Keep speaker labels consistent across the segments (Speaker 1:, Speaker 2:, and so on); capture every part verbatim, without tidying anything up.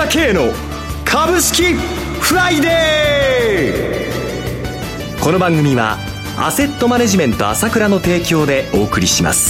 Speaker 1: 倉慶の株式フライデー。この番組はアセットマネジメント朝倉の提供でお送りします。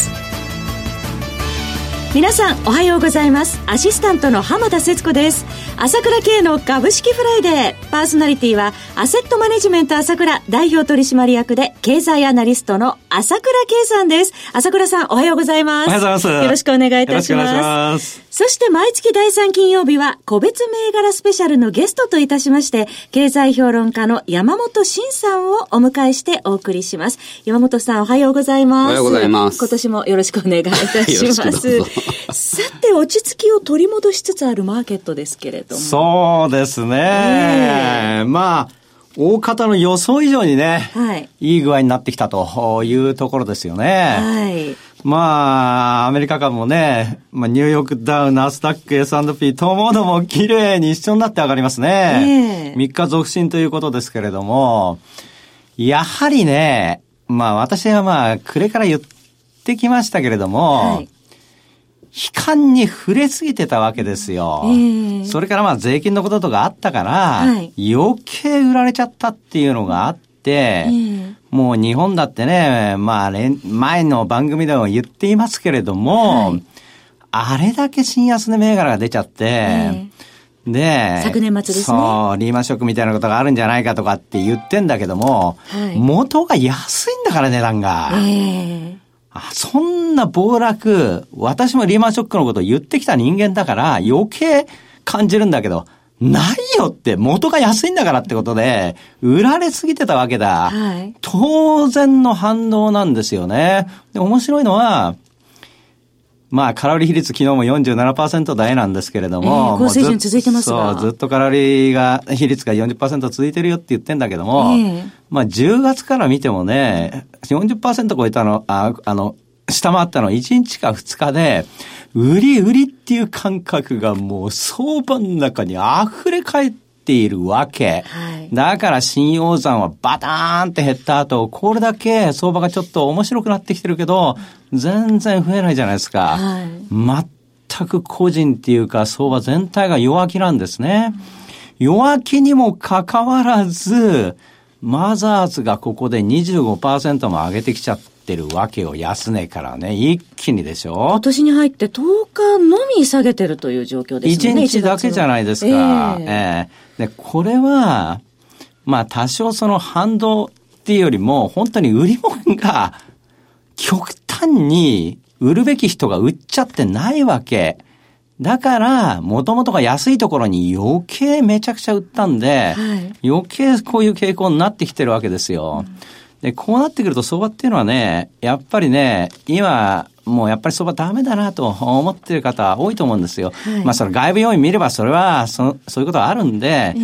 Speaker 2: 皆さんおはようございます。アシスタントの浜田節子です。朝倉慶の株式フライデー。パーソナリティはアセットマネジメント朝倉代表取締役で経済アナリストの朝倉慶さんです。朝倉さんおはようございます。
Speaker 3: おはようございます。
Speaker 2: よろしくお願いいたします。よろしくお願いします。そして毎月だいさん金曜日は個別銘柄スペシャルのゲストといたしまして経済評論家の山本慎さんをお迎えしてお送りします。山本さんおはようございます。
Speaker 4: おはようございます。
Speaker 2: 今年もよろしくお願いいたします。さて落ち着きを取り戻しつつあるマーケットですけれども。
Speaker 3: そうですね、えー、まあ大方の予想以上にね、はい、いい具合になってきたというところですよね。はい。まあアメリカ株もね、まあ、ニューヨークダウナスダック エスアンドピー ともども綺麗に一緒になって上がりますね。えー、みっか続伸ということですけれども、やはりね、まあ私はまあ暮れから言ってきましたけれども、はい、悲観に触れすぎてたわけですよ。えー、それからまあ税金のこととかあったから、はい、余計売られちゃったっていうのがあって、えー、もう日本だってね、まあ前の番組でも言っていますけれども、はい、あれだけ新安値銘柄が出ちゃって、えー、で、
Speaker 2: 昨年末ですね。
Speaker 3: そう、リーマンショックみたいなことがあるんじゃないかとかって言ってんだけども、はい、元が安いんだから値段が。えーあ、そんな暴落、私もリーマンショックのことを言ってきた人間だから余計感じるんだけど、ないよって元が安いんだからってことで売られすぎてたわけだ。はい、当然の反応なんですよね。で、面白いのは、まあ、カロリー比率昨日も よんじゅうななパーセント 台なんですけれども。
Speaker 2: えー、高水準続いてますが。
Speaker 3: そう、ずっとカロリーが、比率が よんじゅっパーセント 続いてるよって言ってんだけども、えー、まあ、じゅうがつから見てもね、よんじゅっパーセント 超えたの、あ、あの、下回ったのいちにちかふつかで、売り売りっていう感覚がもう相場の中に溢れ返っているわけ。はい、だから新陽山はバターンって減った後、これだけ相場がちょっと面白くなってきてるけど、全然増えないじゃないですか。はい、全く個人っていうか相場全体が弱気なんですね。弱気にもかかわらず、マザーズがここで にじゅうごパーセント も上げてきちゃってるわけよ。安値からね、一気にでしょ。
Speaker 2: 今年に入ってとおかのみ下げてるという状況ですよね。
Speaker 3: いちにちだけじゃないですか。えーえー、でこれはまあ多少その反動っていうよりも本当に売り物が極端に売るべき人が売っちゃってないわけ。だから、もともとが安いところに余計めちゃくちゃ売ったんで、はい、余計こういう傾向になってきてるわけですよ。うん、で、こうなってくると相場っていうのはね、やっぱりね、今、もうやっぱり相場ダメだなと思ってる方多いと思うんですよ。はい、まあその外部要因見ればそれはそ、そういうことはあるんで、うん、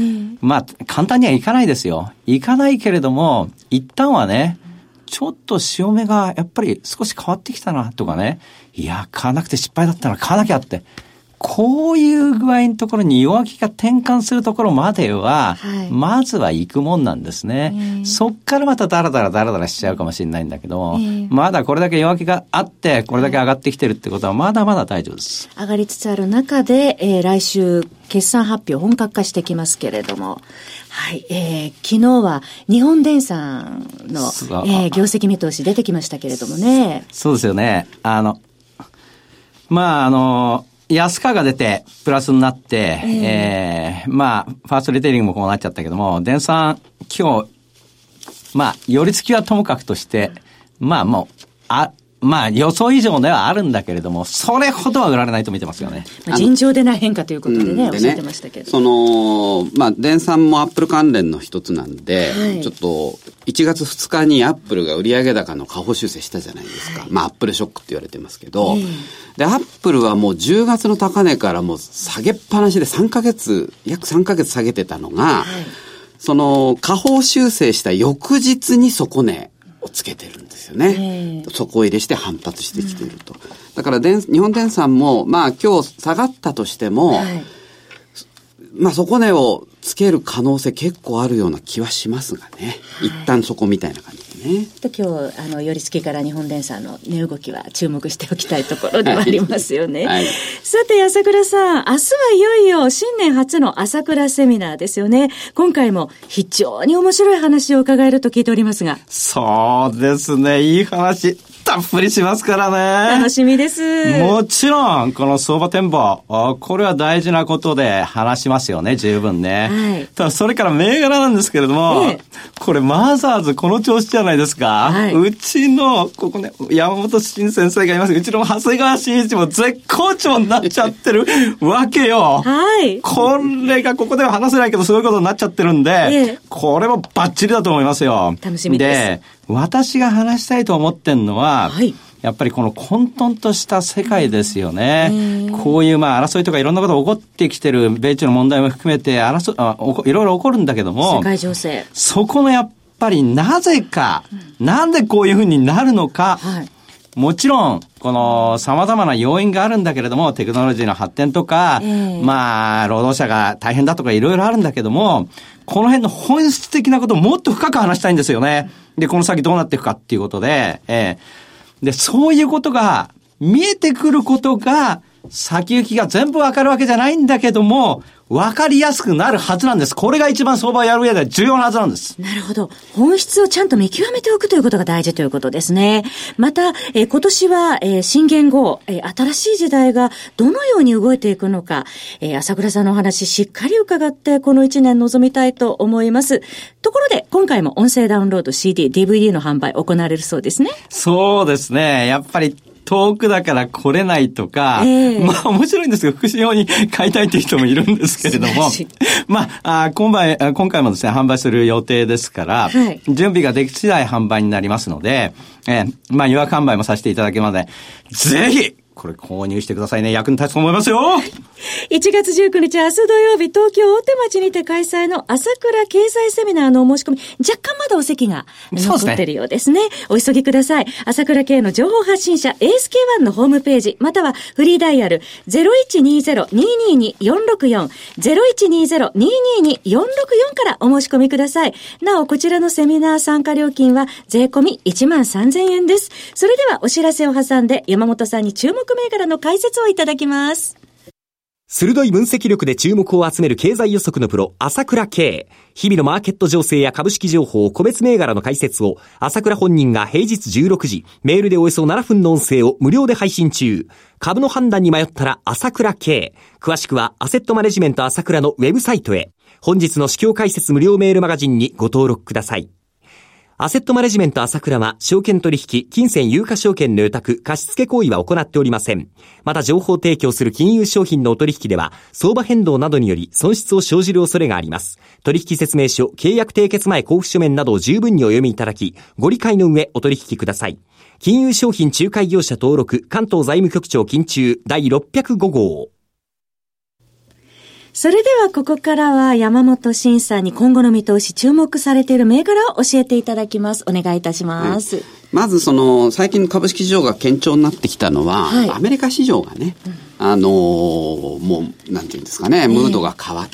Speaker 3: まあ簡単にはいかないですよ。いかないけれども、一旦はね、ちょっと潮目がやっぱり少し変わってきたなとかね、いや、買わなくて失敗だったら買わなきゃって。こういう具合のところに弱気が転換するところまでは、はい、まずは行くもんなんですね。えー、そっからまたダラダラダラダラしちゃうかもしれないんだけど、えー、まだこれだけ弱気があって、これだけ上がってきてるってことはまだまだ大丈夫です。
Speaker 2: 上がりつつある中で、えー、来週決算発表本格化してきますけれども、はい、えー、昨日は日本電産の、えー、業績見通し出てきましたけれどもね。
Speaker 3: そうですよね。あの、まああの、安価が出てプラスになって、えー、えー、まあファーストリテイリングもこうなっちゃったけども、電産今日まあ寄り付きはともかくとして、まあもうあまあ予想以上ではあるんだけれども、それほどは売られないと見てますよね。
Speaker 2: まあ、尋常でない変化ということでね、うん、でねおっしゃってましたけど。
Speaker 4: その、まあ、電産もアップル関連の一つなんで、はい、ちょっと、いちがつふつかにアップルが売上高の下方修正したじゃないですか。はい、まあ、アップルショックって言われてますけど、えー、で、アップルはもうじゅうがつの高値からもう下げっぱなしでさんかげつ、約さんかげつ下げてたのが、はい、その、下方修正した翌日に底値をつけてるんですよね。底入れして反発してきていると。うん、だからでん日本電産もまあ今日下がったとしても、はい、まあ底値をつける可能性結構あるような気はしますがね。はい、一旦そこみたいな感じでね。
Speaker 2: と今日あの寄り付きから日本電産の値動きは注目しておきたいところではありますよね。はいはい、さて朝倉さん、明日はいよいよ新年初の朝倉セミナーですよね。今回も非常に面白い話を伺えると聞いておりますが。
Speaker 3: そうですね、いい話たっぷりしますからね。
Speaker 2: 楽しみです。
Speaker 3: もちろんこの相場展望、これは大事なことで話しますよね、十分ね。はい、ただそれから銘柄なんですけれども、ええ、これマザーズこの調子じゃないですか。はい、うちのここね、山本慎先生がいます。うちの長谷川慎一も絶好調になっちゃってるわけよ。はい。これがここでは話せないけどそういうことになっちゃってるんで、ええ、これもバッチリだと思いますよ。
Speaker 2: 楽しみです。で、
Speaker 3: 私が話したいと思ってんのは、はい、やっぱりこの混沌とした世界ですよね。こういうまあ争いとかいろんなことが起こってきてる米中の問題も含めて争あいろいろ起こるんだけども、
Speaker 2: 世界情勢、
Speaker 3: そこのやっぱりなぜか、うん、なんでこういうふうになるのか、はい、もちろんこの様々な要因があるんだけれども、テクノロジーの発展とか、えー、まあ労働者が大変だとかいろいろあるんだけども、この辺の本質的なことをもっと深く話したいんですよね。で、この先どうなっていくかっていうことで、えー、で、そういうことが見えてくることが、先行きが全部わかるわけじゃないんだけども、わかりやすくなるはずなんです。これが一番相場をやる上では重要なはずなんです。
Speaker 2: なるほど。本質をちゃんと見極めておくということが大事ということですね。また、えー、今年は、えー、新元号、えー、新しい時代がどのように動いていくのか、えー、朝倉さんのお話しっかり伺ってこの一年臨みたいと思います。ところで、今回も音声ダウンロード シーディー、ディーブイディー の販売行われるそうですね。
Speaker 3: そうですね。やっぱり遠くだから来れないとか、えー、まあ面白いんですけど、福祉用に買いたいという人もいるんですけれども、まあ、あ今回、今回もですね、販売する予定ですから、はい、準備ができ次第販売になりますので、えー、まあ予約販売もさせていただけますので、ぜひこれ購入してくださいね。役に立つと思いますよ。
Speaker 2: いちがつじゅうくにち明日土曜日、東京大手町にて開催の朝倉経済セミナーのお申し込み、若干まだお席が残っているようですね。お急ぎください。朝倉系の情報発信者 エーエスケーワン のホームページ、またはフリーダイヤル ゼロいちにゼロ にーにーに よんろくよん ゼロいちにゼロ にーにーに よんろくよん からお申し込みください。なお、こちらのセミナー参加料金は税込みいちまんさんぜんえんです。それではお知らせを挟んで山本さんに注目銘柄の解説をいただきます。
Speaker 1: 鋭い分析力で注目を集める経済予測のプロ、朝倉慶。日々のマーケット情勢や株式情報、個別銘柄の解説を、朝倉本人が平日じゅうろくじ、メールでおよそななふんの音声を無料で配信中。株の判断に迷ったら朝倉慶。詳しくは、アセットマネジメント朝倉のウェブサイトへ。本日の市況解説無料メールマガジンにご登録ください。アセットマネジメント朝倉は、証券取引、金銭有価証券の予託、貸付行為は行っておりません。また情報提供する金融商品のお取引では、相場変動などにより損失を生じる恐れがあります。取引説明書、契約締結前交付書面などを十分にお読みいただき、ご理解の上お取引ください。金融商品仲介業者登録、関東財務局長金中第ろっぴゃくご号。
Speaker 2: それではここからは山本慎さんに今後の見通し、注目されている銘柄を教えていただきます。お願いいたします。はい、
Speaker 4: まずその最近の株式市場が堅調になってきたのは、はい、アメリカ市場がね、うん、あのー、もうなんていうんですかね、ムードが変わって、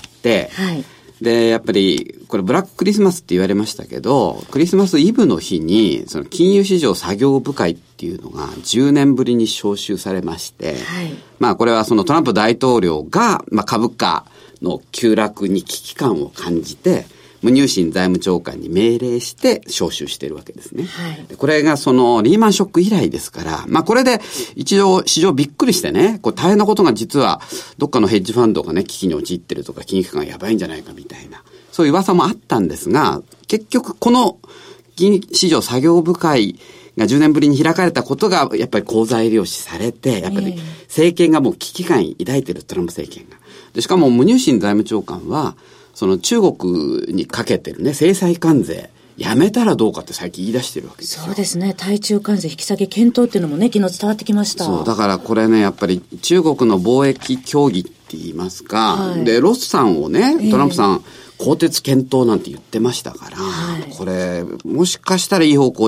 Speaker 4: はい、でやっぱりこれブラッククリスマスって言われましたけど、クリスマスイブの日にその金融市場作業部会っていうのがじゅうねんぶりに招集されまして、はい、まあこれはそのトランプ大統領が、まあ、株価の急落に危機感を感じて、ムニューシン財務長官に命令して招集しているわけですね。はい、これがそのリーマンショック以来ですから、まあこれで一応市場びっくりしてね、こう大変なことが実はどっかのヘッジファンドがね、危機に陥ってるとか、金融機関がやばいんじゃないかみたいな、そういう噂もあったんですが、結局この金市場作業部会がじゅうねんぶりに開かれたことがやっぱり好材料視されて、やっぱり政権がもう危機感抱いてる、トランプ政権が。でしかもムニューシン財務長官はその中国にかけてるね制裁関税やめたらどうかって最近言い出してるわけですよ。
Speaker 2: そうですね。対中関税引き下げ検討っていうのもね、昨日伝わってきました。
Speaker 4: そうだからこれね、やっぱり中国の貿易協議って言いますか、はい、でロスさんをねトランプさん、えー、更迭検討なんて言ってましたから、はい、これもしかしたらいい方向に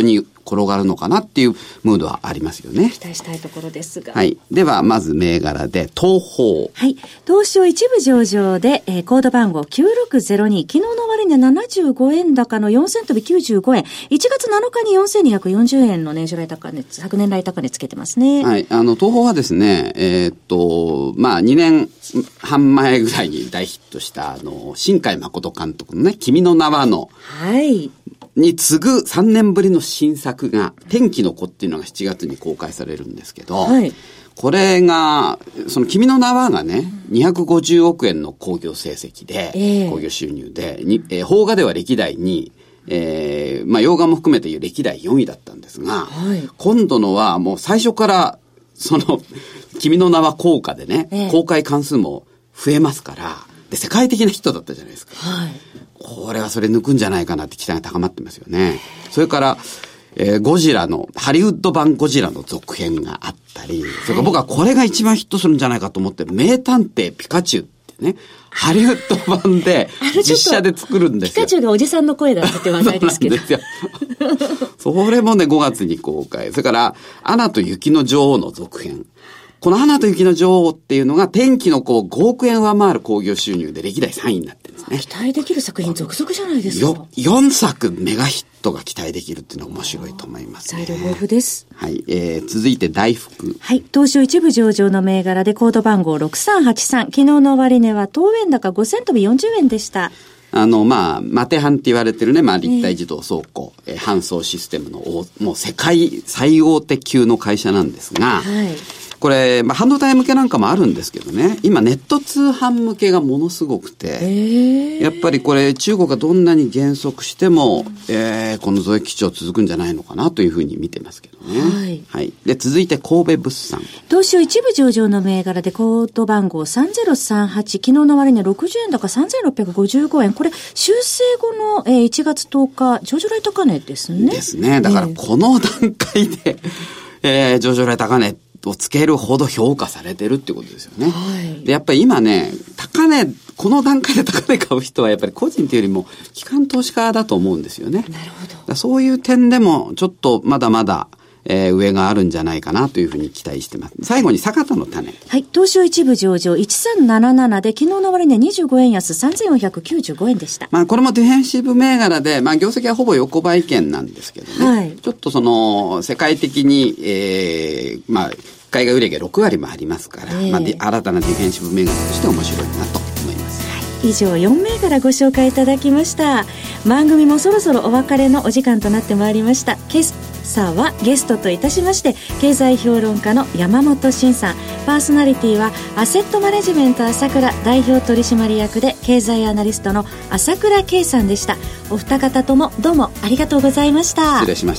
Speaker 4: 転がるのかなっていうムードはありますよね。
Speaker 2: 期待したいところですが。
Speaker 4: はい。では、まず銘柄で、東宝。
Speaker 2: はい。東証一部上場で、えー、コード番号きゅうろくゼロに、昨日の終値ななじゅうごえん高のよんせん飛びきゅうじゅうごえん。いちがつなのかによんせんにひゃくよんじゅうえんの年初来高値、昨年来高値つけてますね。
Speaker 4: はい。あの、東宝はですね、えー、っと、まあ、にねんはん前ぐらいに大ヒットした、あの、新海誠監督のね、君の名はの、
Speaker 2: はい。
Speaker 4: に次ぐさんねんぶりの新作が、天気の子っていうのがしちがつに公開されるんですけど、はい、これが、その君の名はがね、にひゃくごじゅうおくえんの興行成績で、えー、興行収入で、にえー、邦画では歴代にい、えー、まあ洋画も含めて歴代よんいだったんですが、はい、今度のはもう最初から、その、君の名は効果でね、えー、公開関数も増えますから、で、世界的なヒットだったじゃないですか。はい。これはそれ抜くんじゃないかなって期待が高まってますよね。それから、えー、ゴジラの、ハリウッド版ゴジラの続編があったり、はい、それから僕はこれが一番ヒットするんじゃないかと思ってる名探偵ピカチュウってね、ハリウッド版で実写で作るんですよ。
Speaker 2: ピカチュウがおじさんの声だって話題ですけど。
Speaker 4: そうなんですよ。それもね、ごがつに公開。それから、アナと雪の女王の続編。このアナと雪の女王っていうのが天気の子をごおくえん上回る興行収入で歴代さんいになってるんですね。
Speaker 2: 期待できる作品続々じゃないですか。
Speaker 4: よ、よんさくメガヒットが期待できるっていうのは面白いと思いますね。
Speaker 2: 材料豊富です。
Speaker 4: はい。えー、続いて大福。
Speaker 2: はい。東証一部上場の銘柄でコード番号ろくさんはちさん。昨日の終値は当円高ごせん飛びよんじゅうえんでした。
Speaker 4: あの、まあ、マテハンって言われてるね、まあ、立体自動倉庫、えーえー、搬送システムの、もう世界最大手級の会社なんですが、はい。これ、まあ、半導体向けなんかもあるんですけどね、今ネット通販向けがものすごくて、やっぱりこれ中国がどんなに減速しても、えー、この増益基調続くんじゃないのかなというふうに見てますけどね。はい。はい。で、続いて神戸物産。
Speaker 2: 東証一部上場の銘柄でコード番号さんぜろさんはち、昨日の終値ろくじゅうえん高さんぜんろっぴゃくごじゅうごえん。これ、修正後の、えー、いちがつとおか、上場来高値ですね。
Speaker 4: ですね。だからこの段階で、えー、上場来高値をつけるほど評価されてるってことですよね。はい。で、やっぱり今ね、高値、この段階で高値買う人はやっぱり個人というよりも機関投資家だと思うんですよね。
Speaker 2: なるほど。
Speaker 4: だそういう点でもちょっとまだまだ、えー、上があるんじゃないかなというふうに期待してます。最後に坂田の種。
Speaker 2: はい。東証一部上場いちさんなななで昨日の終値にじゅうごえん安さんぜんよんひゃくきゅうじゅうごえんでした。
Speaker 4: まあこれもディフェンシブ銘柄で、まあ業績はほぼ横ばい圏なんですけどね。はい。ちょっとその世界的に、えー、まあ海外売上ろくわりもありますから、えー、まあ新たなディフェンシブ銘柄として面白いなと思います。
Speaker 2: 以上よん銘柄ご紹介いただきました。番組もそろそろお別れのお時間となってまいりました。今朝はゲストといたしまして経済評論家の山本慎さん、パーソナリティはアセットマネジメント朝倉代表取締役で経済アナリストの朝倉圭さんでした。お二方ともどうもありがとうございました。
Speaker 4: 失礼しました。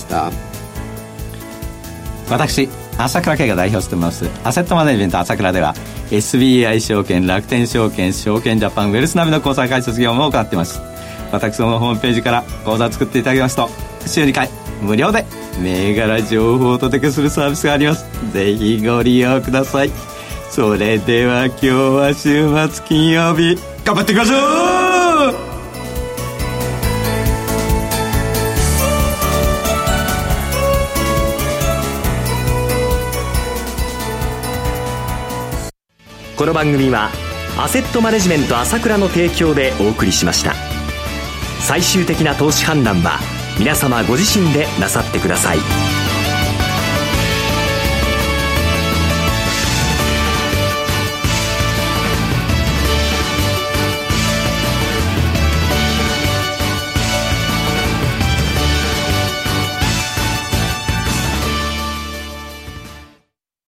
Speaker 3: 私朝倉圭が代表していますアセットマネジメント朝倉では エスビーアイ 証券、楽天証券、証券ジャパン、ウェルスナビの口座開設業務を行っています。私のホームページから口座を作っていただきますと週にかい無料で銘柄情報をお届けするサービスがあります。ぜひご利用ください。それでは今日は週末金曜日頑張っていきましょう。
Speaker 1: この番組はアセットマネジメント朝倉の提供でお送りしました。最終的な投資判断は皆様ご自身でなさってください。